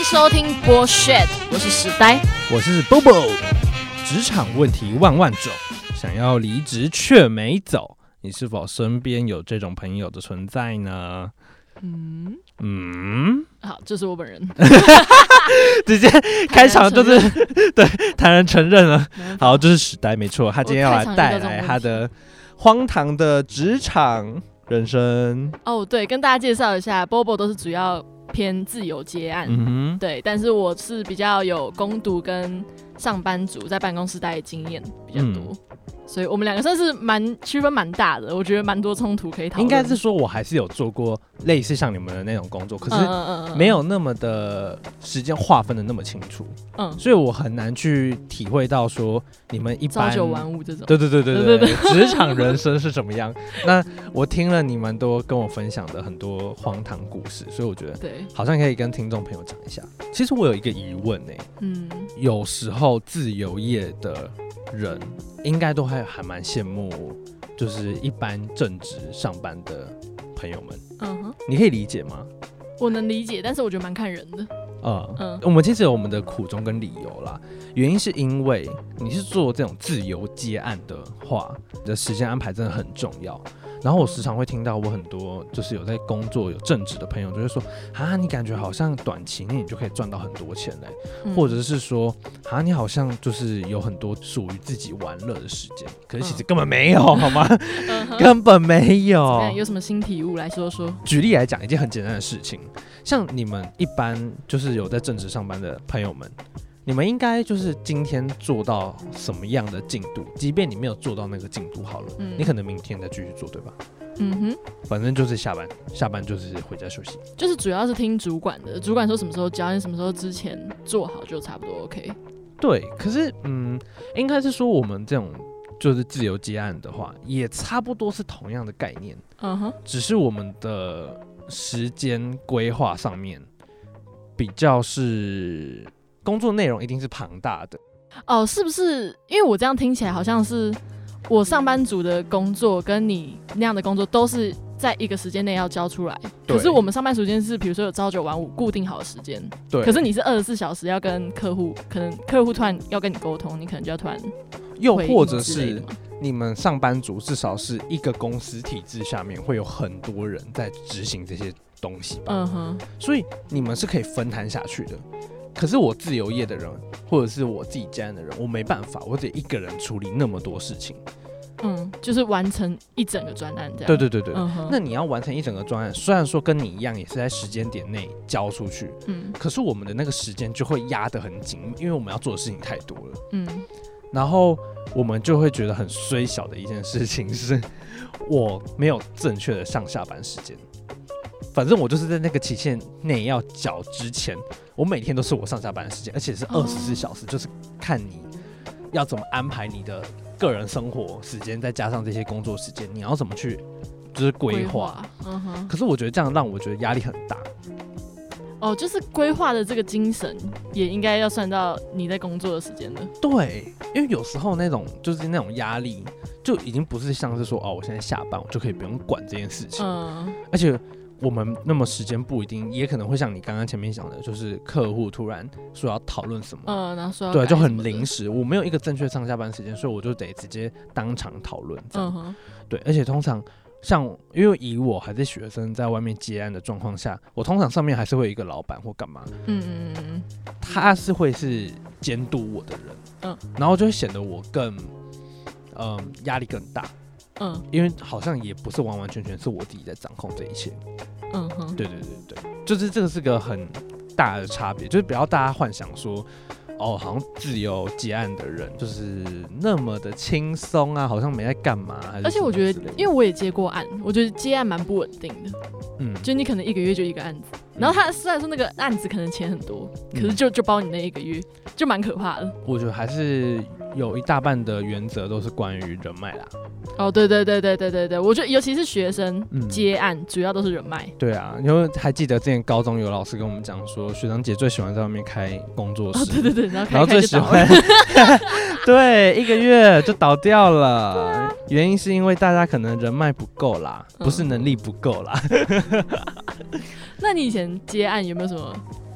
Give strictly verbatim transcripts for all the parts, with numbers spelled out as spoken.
迎收听 Bullshit， 我是史呆， 我是 Bobo。职场问题万万种，想要离职却没走，你是否身边有这种朋友的存在呢？嗯嗯， 好，就是我本人， 直接开场就是对坦然承认了。好，就是史呆，没错，他今天要来带来他的荒唐的职场人生。 哦，对，跟大家介绍一下 ，Bobo 都是主要偏自由接案，嗯哼，对，但是我是比较有工读跟上班族在办公室待的经验比较多。嗯，所以我们两个算是蛮区分蛮大的，我觉得蛮多冲突可以讨论。 应该是说，我还是有做过类似像你们的那种工作，可是没有那么的时间划分的那么清楚，嗯，所以我很难去体会到说你们一般朝九晚五这种， 对对对对对对，职场人生是怎么样。那我听了你们都跟我分享的很多荒唐故事，所以我觉得对，好像可以跟听众朋友讲一下。其实我有一个疑问呢、欸，嗯，有时候自由业的人应该都还还蛮羡慕，就是一般正职上班的朋友们。嗯哼，你可以理解吗？ 我能理解，但是我觉得蛮看人的。 嗯嗯，我们其实有我们的苦衷跟理由啦。原因是因为你是做这种自由接案的话，你的时间安排真的很重要。然后我时常会听到我很多就是有在工作有正职的朋友就会说啊，你感觉好像短期内你就可以赚到很多钱嘞、嗯，或者是说啊，你好像就是有很多属于自己玩乐的时间，可是其实根本没有，嗯、好吗？嗯、根本没有。 有什么新体悟来说说？ 举例来讲，一件很简单的事情，像你们一般就是有在正职上班的朋友们。你们应该就是今天做到什么样的进度，即便你没有做到那个进度好了、嗯，你可能明天再继续做，对吧？嗯哼，反正就是下班，下班就是回家休息。 就是主要是听主管的，主管说什么时候交，你什么时候之前做好就差不多 OK。 对，可是嗯，应该是说我们这种就是自由接案的话，也差不多是同样的概念。嗯哼，只是我们的时间规划上面比较是。工作内容一定是庞大的哦，是不是？因为我这样听起来好像是我上班族的工作跟你那样的工作都是在一个时间内要交出来，可是我们上班时间是比如说有朝九晚五固定好的时间，对。可是你是二十四小时要跟客户，可能客户突然要跟你沟通，你可能就要突然， 又或者是你们上班族至少是一个公司体制下面会有很多人在执行这些东西吧，嗯哼，所以你们是可以分摊下去的。可是我自由业的人，或者是我自己家人的人，我没办法，我得一个人处理那么多事情。 嗯，就是完成一整个专案这样。 对对对对、嗯。那你要完成一整个专案，虽然说跟你一样也是在时间点内交出去，嗯，可是我们的那个时间就会压得很紧，因为我们要做的事情太多了。嗯，然后我们就会觉得很衰小的一件事情是，我没有正确的上下班时间。反正我就是在那个期限内要缴之前，我每天都是我上下班的时间，而且是二十四小时，就是看你要怎么安排你的个人生活时间，再加上这些工作时间，你要怎么去就是规划。嗯、可是我觉得这样让我觉得压力很大。 哦，就是规划的这个精神也应该要算到你在工作的时间的。 对，因为有时候那种就是那种压力，就已经不是像是说哦，我现在下班我就可以不用管这件事情，嗯、而且。我们那么时间不一定，也可能会像你刚刚前面讲的，就是客户突然说要讨论什么，嗯，然后说对，就很临时，我没有一个正确上下班时间，所以我就得直接当场讨论这样、嗯。对，而且通常像因为以我还是学生在外面接案的状况下，我通常上面还是会有一个老板或干嘛，嗯嗯嗯，他是会是监督我的人，嗯，然后就会显得我更，嗯，压力更大。嗯，因为好像也不是完完全全是我自己在掌控这一切。嗯哼，对对对对，就是这个是个很大的差别，就是不要大家幻想说，哦，好像自由接案的人就是那么的轻松啊，好像没在干嘛。 而且我觉得，因为我也接过案，我觉得接案蛮不稳定的。嗯，就你可能一个月就一个案子，然后他虽然说那个案子可能钱很多，可是就就包你那一个月，就蛮可怕的。 我觉得还是有一大半的原则都是关于人脉啦。 哦，对对对对对对对，我觉得尤其是学生接案，嗯、主要都是人脉。 对啊，因为还记得之前高中有老师跟我们讲说，学长姐最喜欢在外面开工作室，哦、 对对对，然后开然后最喜欢，对，一个月就倒掉了、啊。原因是因为大家可能人脉不够啦，不是能力不够啦。 那你以前接案有没有什么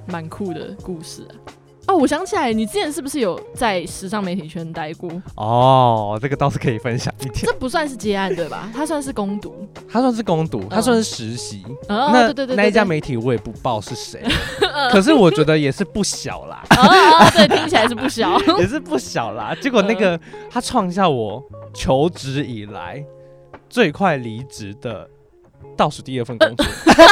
蛮酷的故事啊。哦，我想起来，你之前是不是有在时尚媒体圈待过？ 哦，这个倒是可以分享一点。 这不算是接案对吧？他算是工读， 他算是工读，他算是实习。 哦， 那对对对对， 那一家媒体我也不报是谁，可是我觉得也是不小啦。 哦哦，对，听起来是不小， 也是不小啦。结果那个他创下我求职以来最快离职的倒数第二份工作。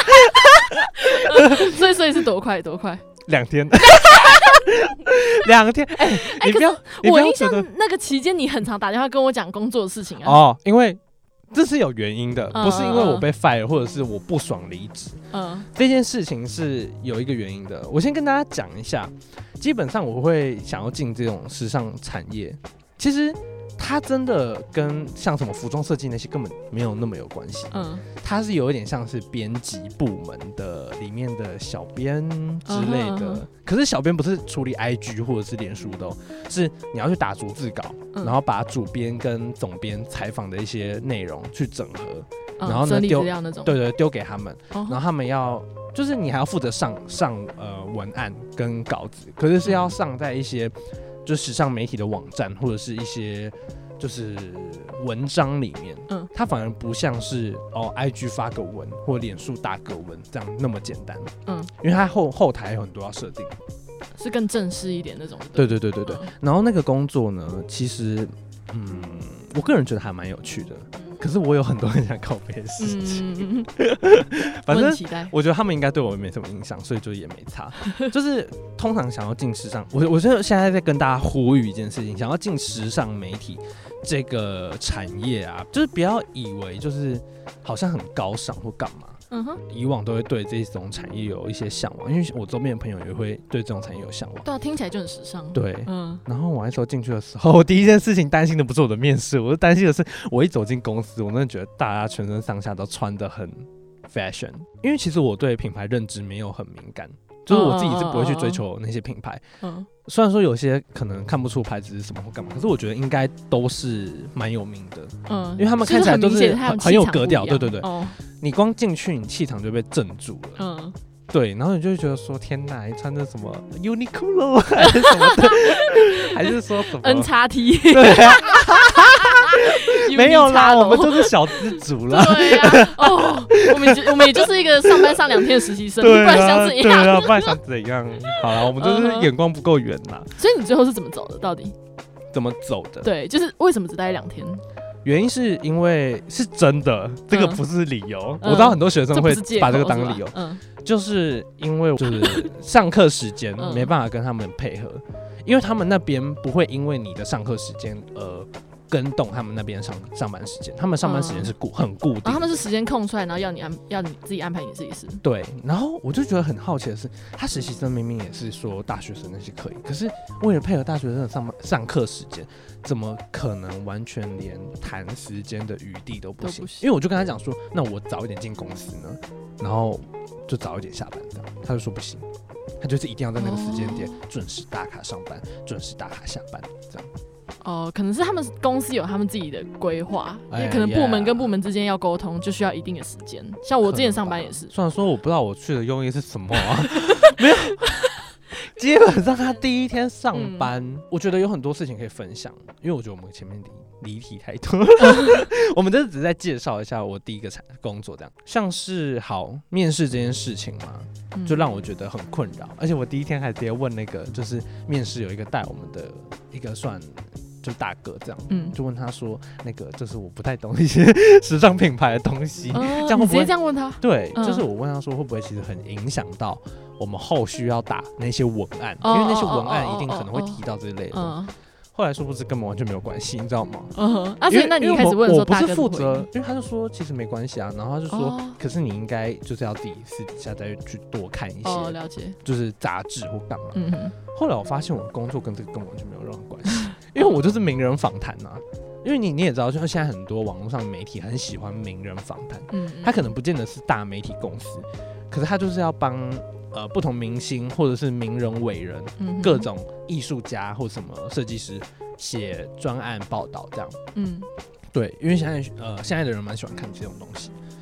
所以所以是多快多快？ 两天。两天，哎、欸欸，你不要，你不要我印象那个期间，你很常打电话跟我讲工作的事情啊。 哦，因为这是有原因的， 嗯、 不是因为我被 fire 或者是我不爽离职。嗯，这件事情是有一个原因的。我先跟大家讲一下，基本上我会想要进这种时尚产业，其实它真的跟像什么服装设计那些根本没有那么有关系。嗯，它是有一点像是编辑部门的里面的小编之类的。Uh-huh, uh-huh. 可是小编不是处理 I G 或者是脸书的、哦，是你要去打逐字稿、嗯，然后把主编跟总编采访的一些内容去整合，嗯、然后呢丢对对丢给他们， uh-huh. 然后他们要就是你还要负责上上呃文案跟稿子，可是是要上在一些。就时尚媒体的网站或者是一些就是文章里面，嗯，它反而不像是哦 I G 发个文或脸书打个文这样那么简单，嗯，因为它后后台有很多要设定， 是更正式一点那种。 对对对对对、嗯。然后那个工作呢，其实嗯，我个人觉得还蛮有趣的。可是我有很多很想靠背的事情，嗯、反正我觉得他们应该对我没什么影响，所以就也没差。就是通常想要进时尚，我我觉得现在在跟大家呼吁一件事情，想要进时尚媒体这个产业啊，就是不要以为就是好像很高尚或干嘛。嗯哼，以往都会对这种产业有一些向往，因为我周边的朋友也会对这种产业有向往。 对啊，听起来就很时尚。 对，嗯。然后我那时候进去的时候，我第一件事情担心的不是我的面试，我是担心的是我一走进公司，我真的觉得大家全身上下都穿得很 fashion， 因为其实我对品牌认知没有很敏感。就是我自己是不会去追求那些品牌，嗯，虽然说有些可能看不出牌子是什么或干嘛，可是我觉得应该都是蛮有名的，嗯，因为他们看起来都是 很, 很有格调，对对对，哦，你光进去你气场就被镇住了，嗯，对，然后你就会觉得说天哪，你穿的什么 Uniqlo 还是什么的，还是说什么 N X T， 对啊。没有啦，我们就是小资族啦。 对啊，哦，我们我们也就是一个上班上两天的实习生， 对啊， 不然想怎样？ 对啊，不然想怎样？好啦，我们就是眼光不够远啦。 所以你最后是怎么走的？到底怎么走的？ 对，就是为什么只待两天？ 原因是因为是真的，这个不是理由。嗯、我知道很多学生会把这个当理由，嗯，就是因为就是上课时间没办法跟他们配合，因为他们那边不会因为你的上课时间而跟动他们那边 上, 上班时间，他们上班时间是固、嗯、很固定、 啊，他们是时间空出来，然后要你安要你自己安排你自己事。 对，然后我就觉得很好奇的是，他实习生明明也是说大学生那些可以，可是为了配合大学生的上班上课时间，怎么可能完全连谈时间的余地都不行？不行，因为我就跟他讲说，那我早一点进公司呢，然后就早一点下班这样，他就说不行，他就是一定要在那个时间点准时打卡上班，准时打卡下班这样。 哦、呃，可能是他们公司有他们自己的规划，因为可能部门跟部门之间要沟通，就需要一定的时间。像我之前上班也是， 虽然说我不知道我去的用意是什么啊，没有。基本上他第一天上班、嗯，我觉得有很多事情可以分享，因为我觉得我们前面离离题太多，我们这只是在介绍一下我第一个工作，这样像是好面试这件事情嘛，就让我觉得很困扰，而且我第一天还直接问那个，就是面试有一个带我们的一个算。就大哥这样，嗯，就问他说，那个就是我不太懂一些时尚品牌的东西，哦、这样会不会？你直接这样问他？ 对、嗯，就是我问他说，会不会其实很影响到我们后续要打那些文案、哦，因为那些文案一定可能会提到这一类的。哦哦哦后来殊不知根本完全没有关系，你知道吗？嗯，啊， 所以那你一开始问的时候， 我不是负责，因为他就说其实没关系啊，然后他就说，哦、可是你应该就是要自己私底下再去多看一些， 哦，了解， 就是杂志或干嘛。嗯哼。后来我发现我的工作跟这个根本完全没有任何关系，因为我就是名人访谈啊。因为你你也知道，就是现在很多网络上的媒体很喜欢名人访谈，嗯，他可能不见得是大媒体公司，可是他就是要帮。呃，不同明星或者是名人伟人、嗯，各种艺术家或什么设计师写专案报道这样。嗯，对，因为现在呃现在的人蛮喜欢看这种东西。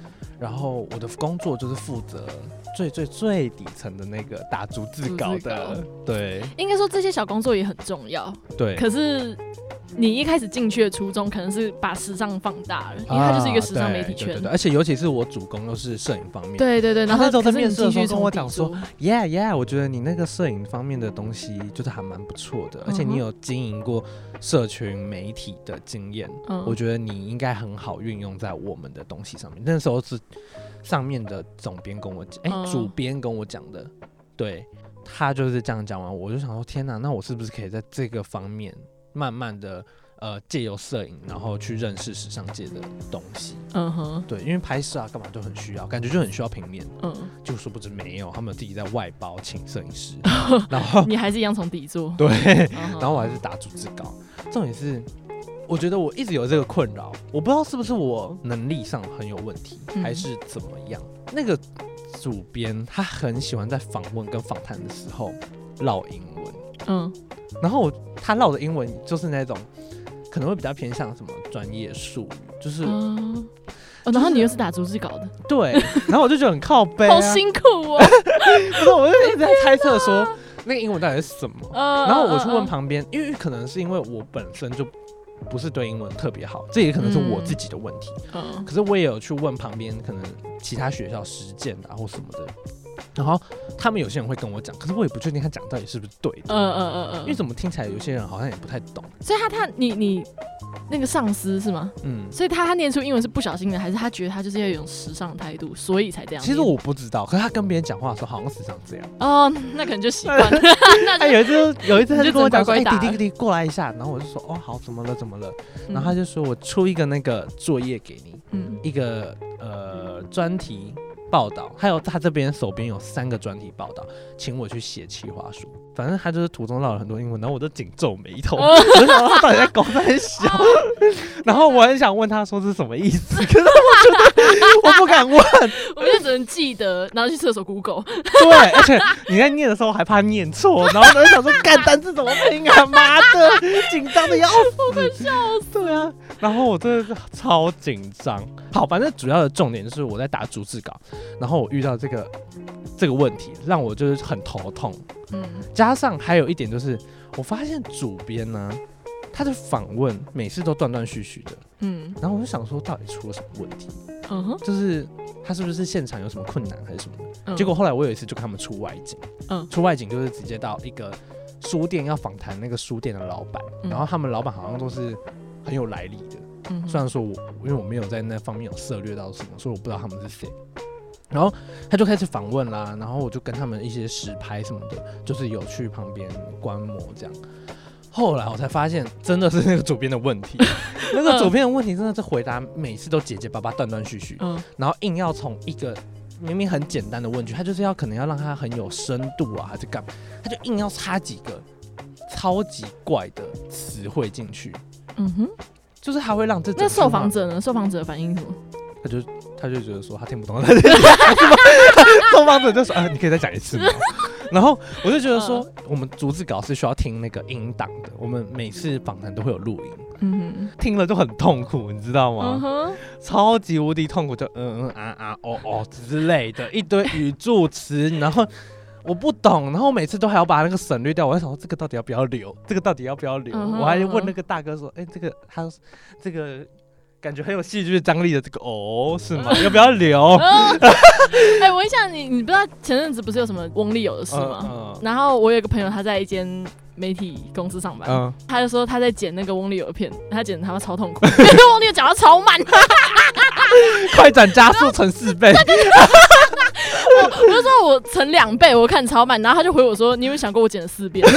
然后我的工作就是负责最最最底层的那个打逐字稿的，对， 应该说这些小工作也很重要， 对。 可是你一开始进去的初衷可能是把时尚放大了，因为它就是一个时尚媒体圈， 啊、对对对，而且尤其是我主攻又是摄影方面， 对对对。然后那时候在面试的时候跟我讲说 ，Yeah Yeah， 我觉得你那个摄影方面的东西就是还蛮不错的，而且你有经营过社群媒体的经验，嗯、我觉得你应该很好运用在我们的东西上面。那时候是上面的总编跟我讲，哎、欸，主编跟我讲的，对，他就是这样讲完，我就想说，天哪，那我是不是可以在这个方面慢慢的呃借由摄影，然后去认识时尚界的东西？嗯哼，对，因为拍摄啊干嘛就很需要，感觉就很需要平面，嗯，就殊不知没有，他们自己在外包请摄影师，然后你还是一样从底做， 对，然后我还是打逐字稿，重点是。我觉得我一直有这个困扰，我不知道是不是我能力上很有问题，嗯、还是怎么样。那个主编他很喜欢在访问跟访谈的时候唠英文，嗯，然后我他唠的英文就是那种可能会比较偏向什么专业术语，就是、嗯哦，然后你又是打逐字稿的， 对，然后我就觉得很靠背、啊， 好辛苦哦。 不是，我就一直在猜测说那个英文到底是什么，嗯、然后我去问旁边，因为可能是因为我本身就。不是对英文特别好，这也可能是我自己的问题。嗯、可是我也有去问旁边可能其他学校实践啊或什么的，然后他们有些人会跟我讲，可是我也不确定他讲到底是不是对的。嗯嗯嗯嗯，因为怎么听起来有些人好像也不太懂。 所以他他你你那个上司是吗？嗯，所以他他念出英文是不小心的，还是他觉得他就是要有一种时尚态度，所以才这样？ 其实我不知道，可是他跟别人讲话的时候好像时尚这样。 哦，那可能就习惯了。 他有一次有一次他就跟我讲说：“哎、欸，弟弟弟弟过来一下。”然后我就说：“哦，好，怎么了怎么了？”然后他就说：“我出一个那个作业给你，嗯，一个呃专题。”报道，还有他这边手边有三个专题报道，请我去写企划书。反正他就是途中唠了很多英文，然后我就紧皱眉头，我就想他到底在搞在小，然后我很想问他说是什么意思，可是我觉得我不敢问， 我就只能记得，然后去厕所 Google。 对，而且你在念的时候还怕念错，然后呢想说干单字怎么拼啊，妈的，紧张的要死， 我快笑死。 对啊，然后我真的是超紧张。好，反正主要的重点就是我在打逐字稿。然后我遇到这个这个问题，让我就是很头痛。嗯，加上还有一点就是，我发现主编呢，他的访问每次都断断续续的。嗯，然后我就想说，到底出了什么问题？嗯哼，就是他是不是现场有什么困难还是什么的？嗯、结果后来我有一次就跟他们出外景，嗯，出外景就是直接到一个书店要访谈那个书店的老板，嗯、然后他们老板好像都是很有来历的。嗯、虽然说我因为我没有在那方面有涉略到什么，所以我不知道他们是谁。然后他就开始访问啦，然后我就跟他们一些实拍什么的，就是有去旁边观摩这样。后来我才发现，真的是那个主编的问题。那个主编的问题真的是回答每次都结结巴巴、断断续续，嗯、然后硬要从一个明明很简单的问句，他就是要可能要让他很有深度啊，还是干嘛，他就硬要插几个超级怪的词汇进去。嗯哼，就是他会让这那受访者呢？受访者的反应是什么？ 他就他就觉得说他听不懂，他就受访者就说啊，你可以再讲一次吗？然后我就觉得说，我们逐字稿是需要听那个音档的，我们每次访谈都会有录音，嗯，听了就很痛苦，你知道吗？嗯、超级无敌痛苦，就嗯嗯啊啊哦哦之类的一堆语助词，然后我不懂，然后每次都还要把那个省略掉。我在想说，这个到底要不要留？这个到底要不要留？嗯、我还问那个大哥说，哎、欸，这个他这个。感觉很有戏剧张力的这个哦，是吗？要不要留？ 哎、欸，我一下你，你不知道前阵子不是有什么翁立友的事吗？嗯嗯、然后我有一个朋友，他在一间媒体公司上班，嗯、他就说他在剪那个翁立友的片，他剪得他妈超痛苦，因为翁立友讲得超慢， 快转加速乘四倍。 我我就说我乘两倍，我看超慢，然后他就回我说，你有没有想过我剪了四遍？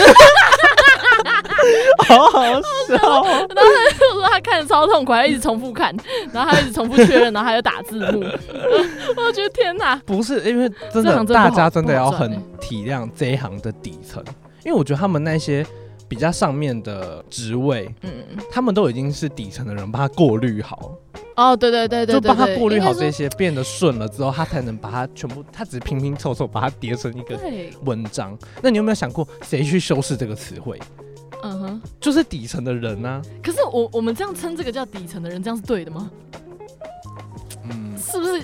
好好笑，然后他就说他看得超痛苦，还一直重复看，然后他一直重复确认，然后还有打字幕。我觉得天哪， 不是因为真的大家真的要很体谅这一行的底层，因为我觉得他们那些比较上面的职位，嗯，他们都已经是底层的人，帮他过滤好。 哦，对对对对， 就帮他过滤好这些，变得顺了之后，他才能把它全部，他只是拼拼凑凑把它叠成一个文章。那你有没有想过，谁去修饰这个词汇？嗯哼，就是底层的人啊。 可是我我们这样称这个叫底层的人，这样是对的吗？嗯，是不是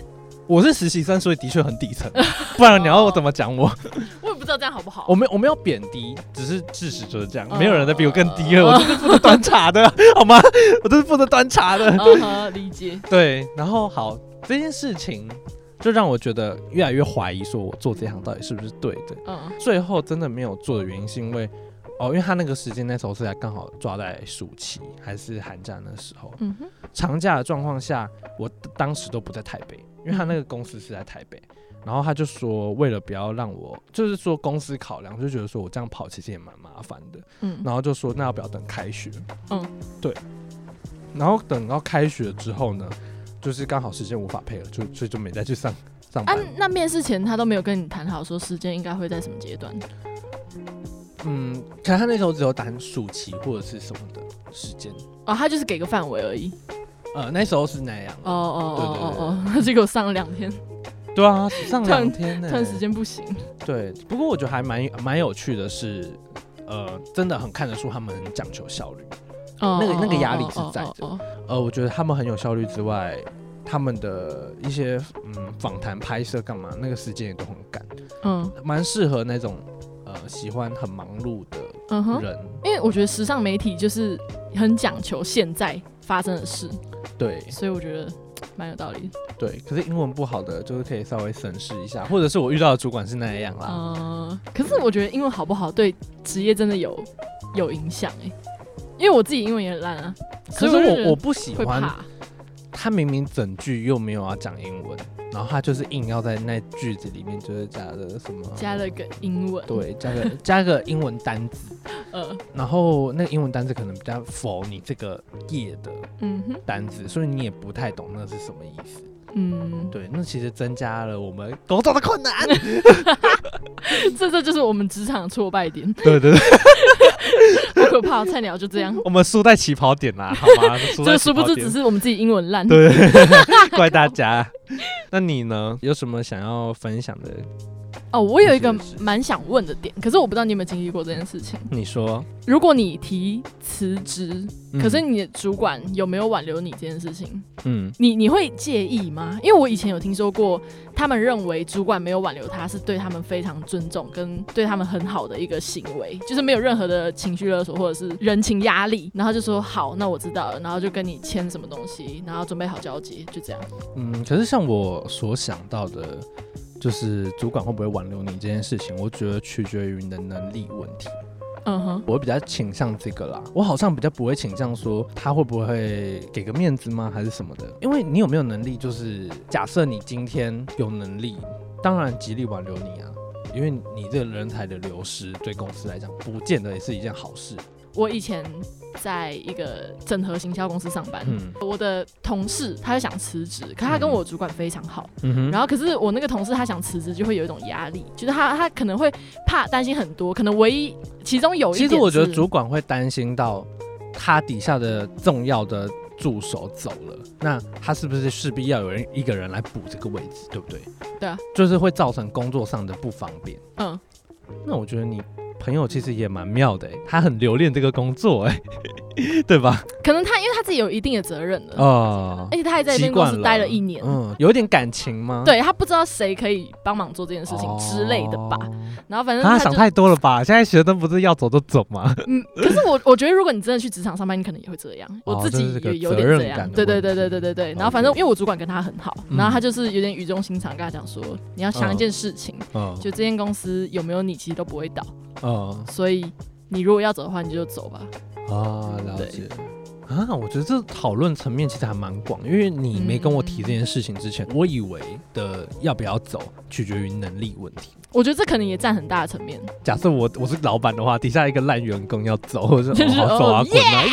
我是实习生，所以的确很底层，不然你要我怎么讲我？ 我也不知道这样好不好。 我没我没有贬低，只是事实就是这样，没有人在比我更低了。我就是负责端茶的，好吗？我就是负责端茶的。 uh-huh, 理解。对， 然后好，这件事情就让我觉得越来越怀疑，说我做这行到底是不是对的。嗯，最后真的没有做的原因是因为。哦，因为他那个时间那时候是在刚好抓在暑期还是寒假那时候，嗯、长假的状况下，我当时都不在台北，因为他那个公司是在台北，然后他就说为了不要让我，就是说公司考量，就觉得说我这样跑其实也蛮麻烦的，嗯，然后就说那要不要等开学？嗯，对，然后等到开学之后呢，就是刚好时间无法配合，就所以就没再去上上班。 啊，那面试前他都没有跟你谈好说时间应该会在什么阶段？ 嗯，可能他那时候只有谈暑期或者是什么的时间哦，他就是给个范围而已。 呃，那时候是那样。 哦哦哦哦哦，他就给我上了两天。 对啊，上两天呢、欸， 突然时间不行。 对，不过我觉得还蛮蛮有趣的是，呃，真的很看得出他们很讲求效率，哦、那个那个压力是在的。哦哦哦哦呃，我觉得他们很有效率之外，他们的一些嗯访谈、拍摄干嘛，那个时间也都很赶。嗯，蛮适合那种。呃，喜欢很忙碌的人、嗯， 因为我觉得时尚媒体就是很讲求现在发生的事， 对， 所以我觉得蛮有道理的。 对，可是英文不好的，就是可以稍微审视一下，或者是我遇到的主管是那样啦。 嗯，可是我觉得英文好不好对职业真的有有影响哎、欸，因为我自己英文也很烂啊， 可是我我不喜欢他明明整句又没有要讲英文。然后他就是硬要在那句子里面就是加了什么， 加了个英文， 对，加个加个英文单字，呃，然后那个英文单字可能比较否你这个页的单字，嗯、所以你也不太懂那是什么意思。嗯，对，那其实增加了我们工作的困难。 这这就是我们职场挫败点。 对对对， 好可怕，菜鸟就这样。 我们输在起跑点啦，好吗？ 这殊不知只是我们自己英文烂。 对，怪大家。那你呢？有什么想要分享的？ 哦，我有一个蛮想问的点，可是我不知道你有没有经历过这件事情。 你说， 如果你提辞职，可是你的主管有没有挽留你这件事情？嗯，你你会介意吗？因为我以前有听说过，他们认为主管没有挽留他是对他们非常尊重，跟对他们很好的一个行为，就是没有任何的情绪勒索或者是人情压力，然后就说好，那我知道了，然后就跟你签什么东西，然后准备好交接，就这样。 嗯，可是像我所想到的。就是主管会不会挽留你这件事情，我觉得取决于你的能力问题。嗯哼，我会比较倾向这个啦。我好像比较不会倾向说他会不会给个面子吗，还是什么的。因为你有没有能力，就是假设你今天有能力，当然极力挽留你啊。因为你这个人才的流失，对公司来讲，不见得也是一件好事。 我以前在一个整合行销公司上班，嗯、我的同事他就想辞职，可他跟我主管非常好，嗯、然后可是我那个同事他想辞职就会有一种压力，就是他他可能会怕担心很多，可能唯一其中有一点， 其实我觉得主管会担心到他底下的重要的助手走了，那他是不是势必要有人一个人来补这个位置，对不对？ 对啊， 就是会造成工作上的不方便。嗯，那我觉得你朋友其实也蛮妙的、欸，他很留恋这个工作、欸，哎，对吧？ 可能他因为他自己有一定的责任了，哦，而且他还在那公司待了一年， 嗯，有点感情吗？ 对，他不知道谁可以帮忙做这件事情之类的吧。哦、然后反正 他, 他想太多了吧？现在学生不是要走就走吗？ 嗯，可是我我觉得如果你真的去职场上班，你可能也会这样。哦、我自己也有点这样，对对对对对对对。然后反正因为我主管跟他很好，嗯、然后他就是有点语重心长跟他讲说，你要想一件事情，嗯、就这间公司有没有你，其实都不会倒。嗯，所以你如果要走的话，你就走吧。 啊，了解。啊，我觉得这讨论层面其实还蛮广，因为你没跟我提这件事情之前，嗯、我以为的要不要走取决于能力问题。 我觉得这可能也占很大的层面。 假设我我是老板的话，底下一个烂员工要走，我就、 就是哦、好走啊，滚啊！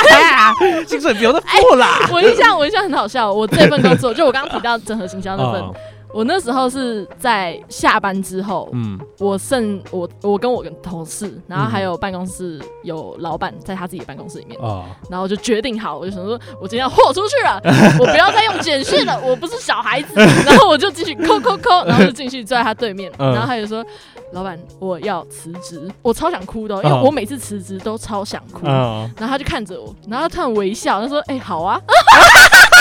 Yeah! 薪水比我的付啦、 欸。我印象我印象很好笑，我这份工作就我刚刚提到整合行销那份。哦，我那时候是在下班之后，嗯，我剩我我跟我跟同事，然后还有办公室有老板在他自己的办公室里面，哦，然后就决定好，我就想说，我今天要豁出去了，我不要再用简讯了，我不是小孩子，然后我就继续扣扣扣，然后就进去坐在他对面，嗯、然后他就说，老板，我要辞职，我超想哭的，因为我每次辞职都超想哭，嗯、然后他就看着我，然后他突然微笑，他说，哎、欸，好啊。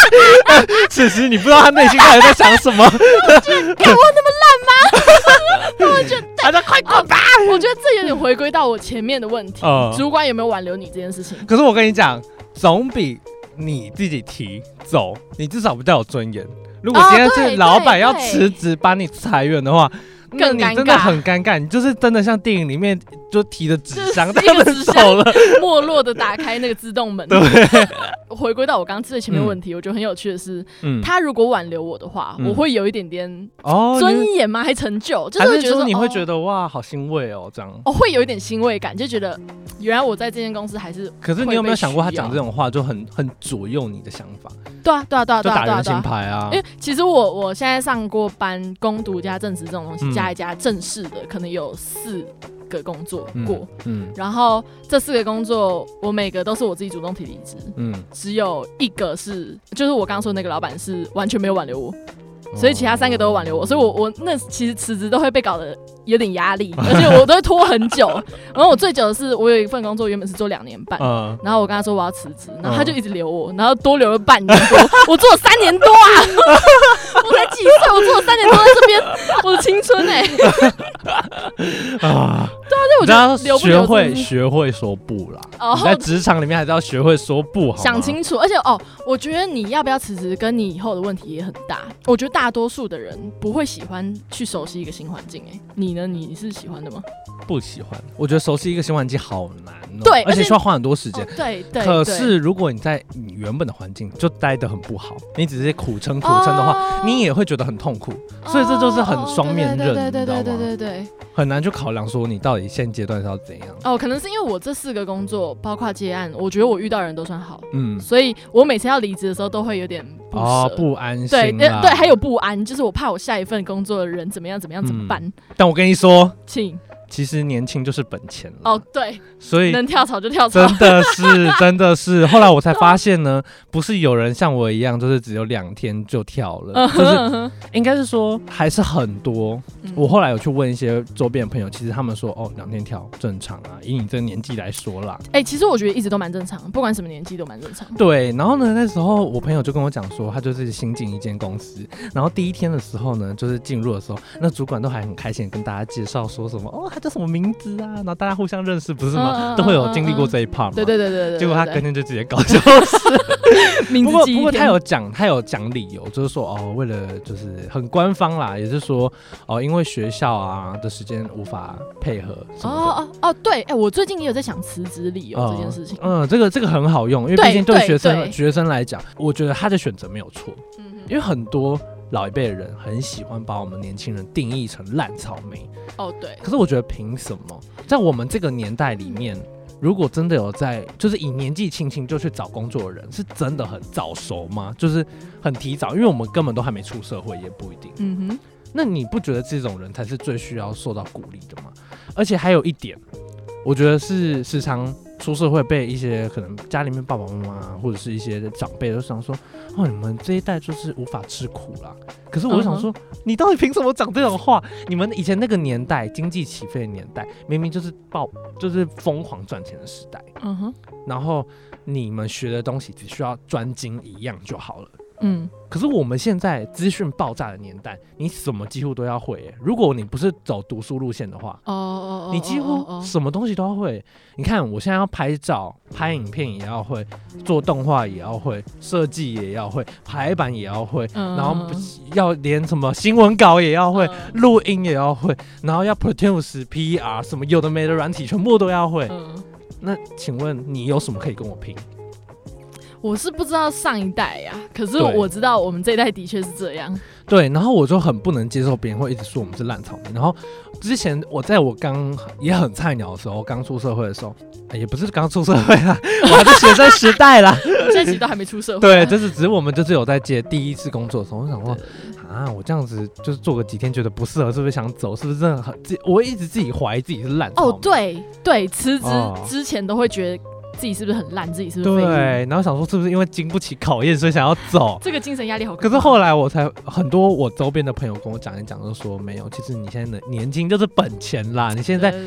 此时你不知道他内心到底在想什么。 看我那么烂吗？我觉得他说快滚吧。 我觉得这有点回归到我前面的问题，呃、主管有没有挽留你这件事情。 可是我跟你讲，总比你自己提走，你至少比较有尊严。如果今天是老板要辞职把你裁员的话，那你真的很尴尬，你就是真的像电影里面就提着纸箱，他们走了， 没落的打开那个自动门。 对， 回归到我刚刚最前面的问题，嗯、我觉得很有趣的是，嗯、他如果挽留我的话，嗯、我会有一点点尊严吗？还成就？就是会觉得说你会觉得、哦、哇，好欣慰哦，这样。 哦，会有一点欣慰感，就觉得原来我在这间公司还是。 可是你有没有想过，他讲这种话就很很左右你的想法？ 对啊，对啊，对啊，对啊， 就打人情牌啊。 因为其实我我现在上过班，工读加正职这种东西、嗯、加一加正式的，可能有四个工作过，嗯，嗯然后这四个工作我每个都是我自己主动提离职，嗯，只有一个是，就是我刚刚说的那个老板是完全没有挽留我。所以其他三个都有挽留我，所以我我那其实辞职都会被搞得有点压力，而且我都会拖很久。然后我最久的是，我有一份工作原本是做两年半，嗯、然后我跟他说我要辞职，然后他就一直留我，然后多留了半年多，我做了三年多啊！我才几岁，我做了三年多在这边，我的青春哎、欸！啊，对啊，所以我觉得留不留学会学会说不啦。哦、你在职场里面还是要学会说不，好吗？ 想清楚，而且哦，我觉得你要不要辞职，跟你以后的问题也很大。我觉得大多数的人不会喜欢去熟悉一个新环境，哎，你呢？你是喜欢的吗？ 不喜欢，我觉得熟悉一个新环境好难哦， 对， 而且需要花很多时间、哦。 对对。 可是如果你在你原本的环境就待得很不好，你只是苦撑苦撑的话，哦、你也会觉得很痛苦，所以这就是很双面刃， 对对对对对对对，很难去考量说你到底现阶段是要怎样。 哦，可能是因为我这四个工作，包括接案，我觉得我遇到的人都算好，嗯，所以我每次要离职的时候都会有点不舍、 哦、不安心， 对对，还有不安，就是我怕我下一份工作的人怎么样怎么样怎么办。嗯、 但我跟你说， 请。 其实年轻就是本钱了哦，对， 所以能跳槽就跳槽， 真的是，真的是。后来我才发现呢，不是有人像我一样，就是只有两天就跳了，就是应该是说还是很多。嗯、我后来有去问一些周边的朋友，其实他们说哦，两天跳正常啊，以你这个年纪来说啦。 哎、欸，其实我觉得一直都蛮正常，不管什么年纪都蛮正常。 对，然后呢，那时候我朋友就跟我讲说，他就是新进一间公司，然后第一天的时候呢，就是进入的时候，那主管都还很开心的跟大家介绍说什么哦，他叫什么名字啊，然后大家互相认识，不是吗？嗯、都会有经历过这一 part 嘛。 对对对 对, 对, 对, 对。 结果他隔天就直接搞消失。不过不过他有讲，他有讲理由，就是说哦，为了就是很官方啦，也就是说哦，因为学校啊的时间无法配合什么的。哦哦哦，对，哎、欸，我最近也有在想辞职理由这件事情。 嗯，嗯这个这个很好用，因为毕竟对学生学生来讲，我觉得他的选择没有错。嗯，因为很多。老一辈的人很喜欢把我们年轻人定义成烂草莓哦，对。 可是我觉得凭什么在我们这个年代里面，如果真的有在就是以年纪轻轻就去找工作的人，是真的很早熟吗？就是很提早，因为我们根本都还没出社会，也不一定。嗯哼。那你不觉得这种人才是最需要受到鼓励的吗？而且还有一点，我觉得是时常出社会被一些可能家里面爸爸妈妈或者是一些长辈都想说，哦，你们这一代就是无法吃苦啦。可是我就想说， uh-huh. 你到底凭什么讲这种话？你们以前那个年代经济起飞的年代，明明就是爆就是疯狂赚钱的时代，嗯哼。然后你们学的东西只需要专精一样就好了。嗯，可是我们现在资讯爆炸的年代，你什么几乎都要会、欸。如果你不是走读书路线的话，哦哦哦，你几乎什么东西都要会。你看，我现在要拍照、拍影片也要会，做动画也要会，设计也要会，排版也要会，嗯、然后要连什么新闻稿也要会，录、嗯、音也要会，然后要 produce P R 什么有的没的软体全部都要会。嗯、那请问你有什么可以跟我拼？ 我是不知道上一代呀、啊，可是我知道我们这一代的确是这样。 对，然后我就很不能接受别人会一直说我们是烂草莓。然后之前我在我刚也很菜鸟的时候，刚出社会的时候，欸、也不是刚出社会啦，我还是学生时代啦。 我现在其实都还没出社会。 对，就是只是我们就是有在接第一次工作的时候，我想说啊，我这样子就是做个几天觉得不适合，是不是想走？是不是真的很自己？我会一直自己怀疑自己是烂草莓。 哦，对对，辞职之前都会觉得。自己是不是很烂？自己是不是废物？ 对，然后想说是不是因为经不起考验，所以想要走？ 这个精神压力好可怕。 可是后来我才很多我周边的朋友跟我讲一讲，就说没有，其实你现在的年轻就是本钱啦。你现在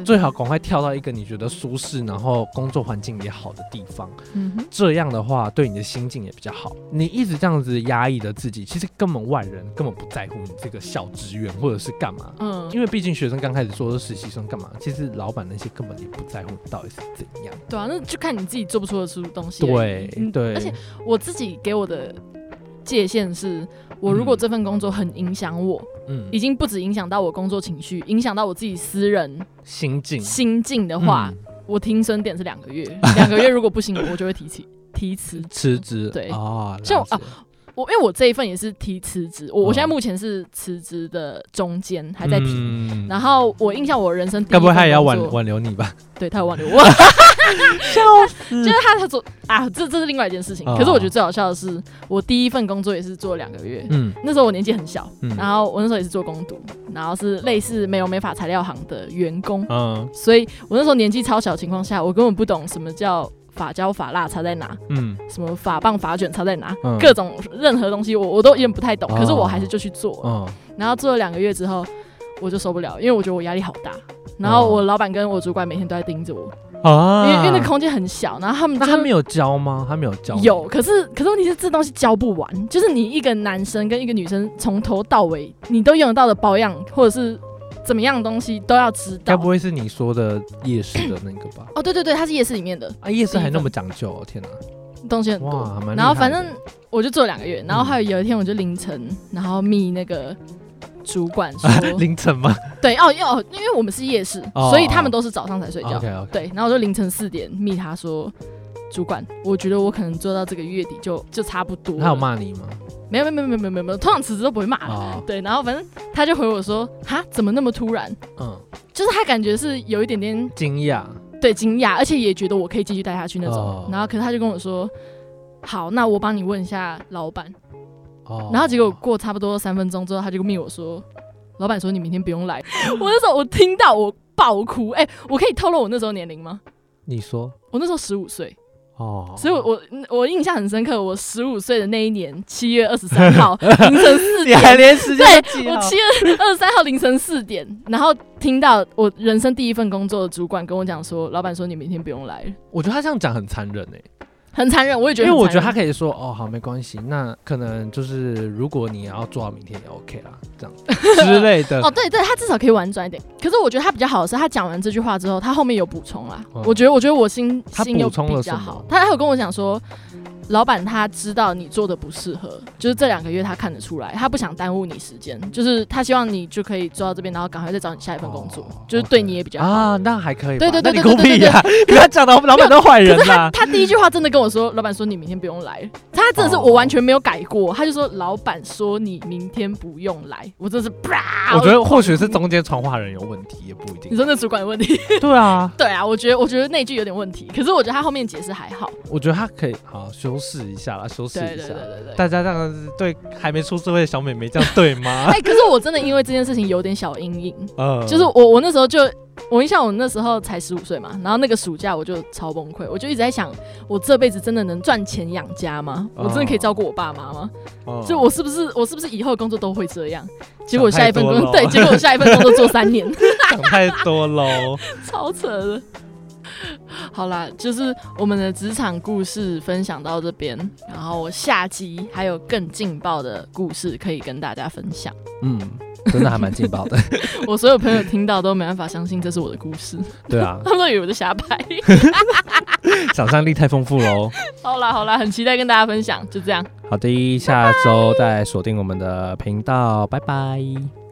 最好赶快跳到一个你觉得舒适，然后工作环境也好的地方。 嗯哼， 这样的话，对你的心境也比较好。你一直这样子压抑的自己，其实根本外人根本不在乎你这个小职员或者是干嘛。嗯，因为毕竟学生刚开始做的实习生干嘛，其实老板那些根本也不在乎你到底是怎样。 对啊，那就看你自己做不做得出东西。 对对， 而且我自己给我的界限是，我如果这份工作很影响我，嗯，已经不止影响到我工作情绪，影响到我自己私人心境心境的话，嗯、我停损点是两个月，两个月如果不行，我就会提起提辞辞职。 对啊， 像啊。我因为我这一份也是提辞职，我、哦、我现在目前是辞职的中间还在提、嗯，然后我印象我人生第一份工作，该不会他也要挽挽留你吧？ 对，他有挽留我，笑死！就是他他说啊，这这是另外一件事情、哦。可是我觉得最好笑的是，我第一份工作也是做了两个月，嗯，那时候我年纪很小、嗯，然后我那时候也是做工读，然后是类似美容美发材料行的员工，嗯，所以我那时候年纪超小的情况下，我根本不懂什么叫发胶发蜡差在哪，嗯，什么发棒发卷差在哪、嗯，各种任何东西我我都有点不太懂、哦，可是我还是就去做了、哦，然后做了两个月之后，我就受不了，因为我觉得我压力好大，然后我老板跟我主管每天都在盯着我，啊，因为因为那空间很小，然后他们那他没有教吗？他没有教？ 有，可是可是问题是这东西教不完，就是你一个男生跟一个女生从头到尾你都用得到的保养或者是怎么样的东西都要知道。 该不会是你说的夜市的那个吧？ 哦，对对对，它是夜市里面的啊，夜市还那么讲究、哦，天哪！ 东西很多，然后反正我就做了两个月，然后还有有一天我就凌晨，然后密那个主管说凌晨吗？ 对哦，要因为我们是夜市、哦，所以他们都是早上才睡觉。 Okay, okay. 对，然后我就凌晨四点密他说，主管，我觉得我可能做到这个月底就就差不多了。 他有骂你吗？ 没有没有没有没有没有没有，通常辞职都不会骂、哦。对，然后反正他就回我说，哈，怎么那么突然？嗯，就是他感觉是有一点点惊讶。 对，惊讶，而且也觉得我可以继续带下去那种、哦。然后，可是他就跟我说：“好，那我帮你问一下老板。哦”然后结果过差不多三分钟之后，他就密我说：“老板说你明天不用来。”我那时候我听到我爆哭。哎、欸，我可以透露我那时候年龄吗？ 你说， 我那时候十五岁。哦，所以我，我我印象很深刻。我十五岁的那一年七月二十三号凌晨四点， 你还连时间对，我七月二十三号凌晨四点，然后听到我人生第一份工作的主管跟我讲说，老板说你明天不用来了。 我觉得他这样讲很残忍哎、欸。 很残忍，我也觉得很残忍， 因为我觉得他可以说哦，好，没关系，那可能就是如果你要做到明天也 OK 啦，这样之类的。 哦，对对，他至少可以婉转一点。可是我觉得他比较好的是，他讲完这句话之后，他后面有补充啦、嗯。我觉得，我觉得我心心有比较好。他还有跟我讲说，老板他知道你做的不适合，就是这两个月他看得出来，他不想耽误你时间，就是他希望你就可以做到这边，然后赶快再找你下一份工作，哦、就是对你也比较好啊。那还可以吧， 对对对对对对对对。可是他讲的老板都坏人啦。 他第一句话真的跟我说，老板说你明天不用来，他真的是我完全没有改过，他就说老板说你明天不用来，我真的是啪。 我觉得或许是中间传话人有问题，也不一定。 你说那主管有问题？ 对啊， 对啊，我觉得我觉得那句有点问题，可是我觉得他后面解释还好。 我觉得他可以好修饰一下啦，修饰一下。对对对对对，大家这样子对还没出社会的小妹妹这样对吗？ 哎、欸，可是我真的因为这件事情有点小阴影，呃，就是我我那时候就。我印象我那时候才十五岁嘛，然后那个暑假我就超崩溃，我就一直在想，我这辈子真的能赚钱养家吗？我真的可以照顾我爸妈吗？哦、就我是不是我是不是以后的工作都会这样？结果下一份工作对，结果我下一份工作做三年， 想太多喽， 超扯的。好啦，就是我们的职场故事分享到这边，然后我下集还有更劲爆的故事可以跟大家分享。嗯。 真的还蛮劲爆的， 我所有朋友听到都没办法相信这是我的故事。 对啊， 他们都以为我在瞎拍， 想象力太丰富喽。 好啦好啦，很期待跟大家分享，就这样。 好的，下周再锁定我们的频道，拜拜。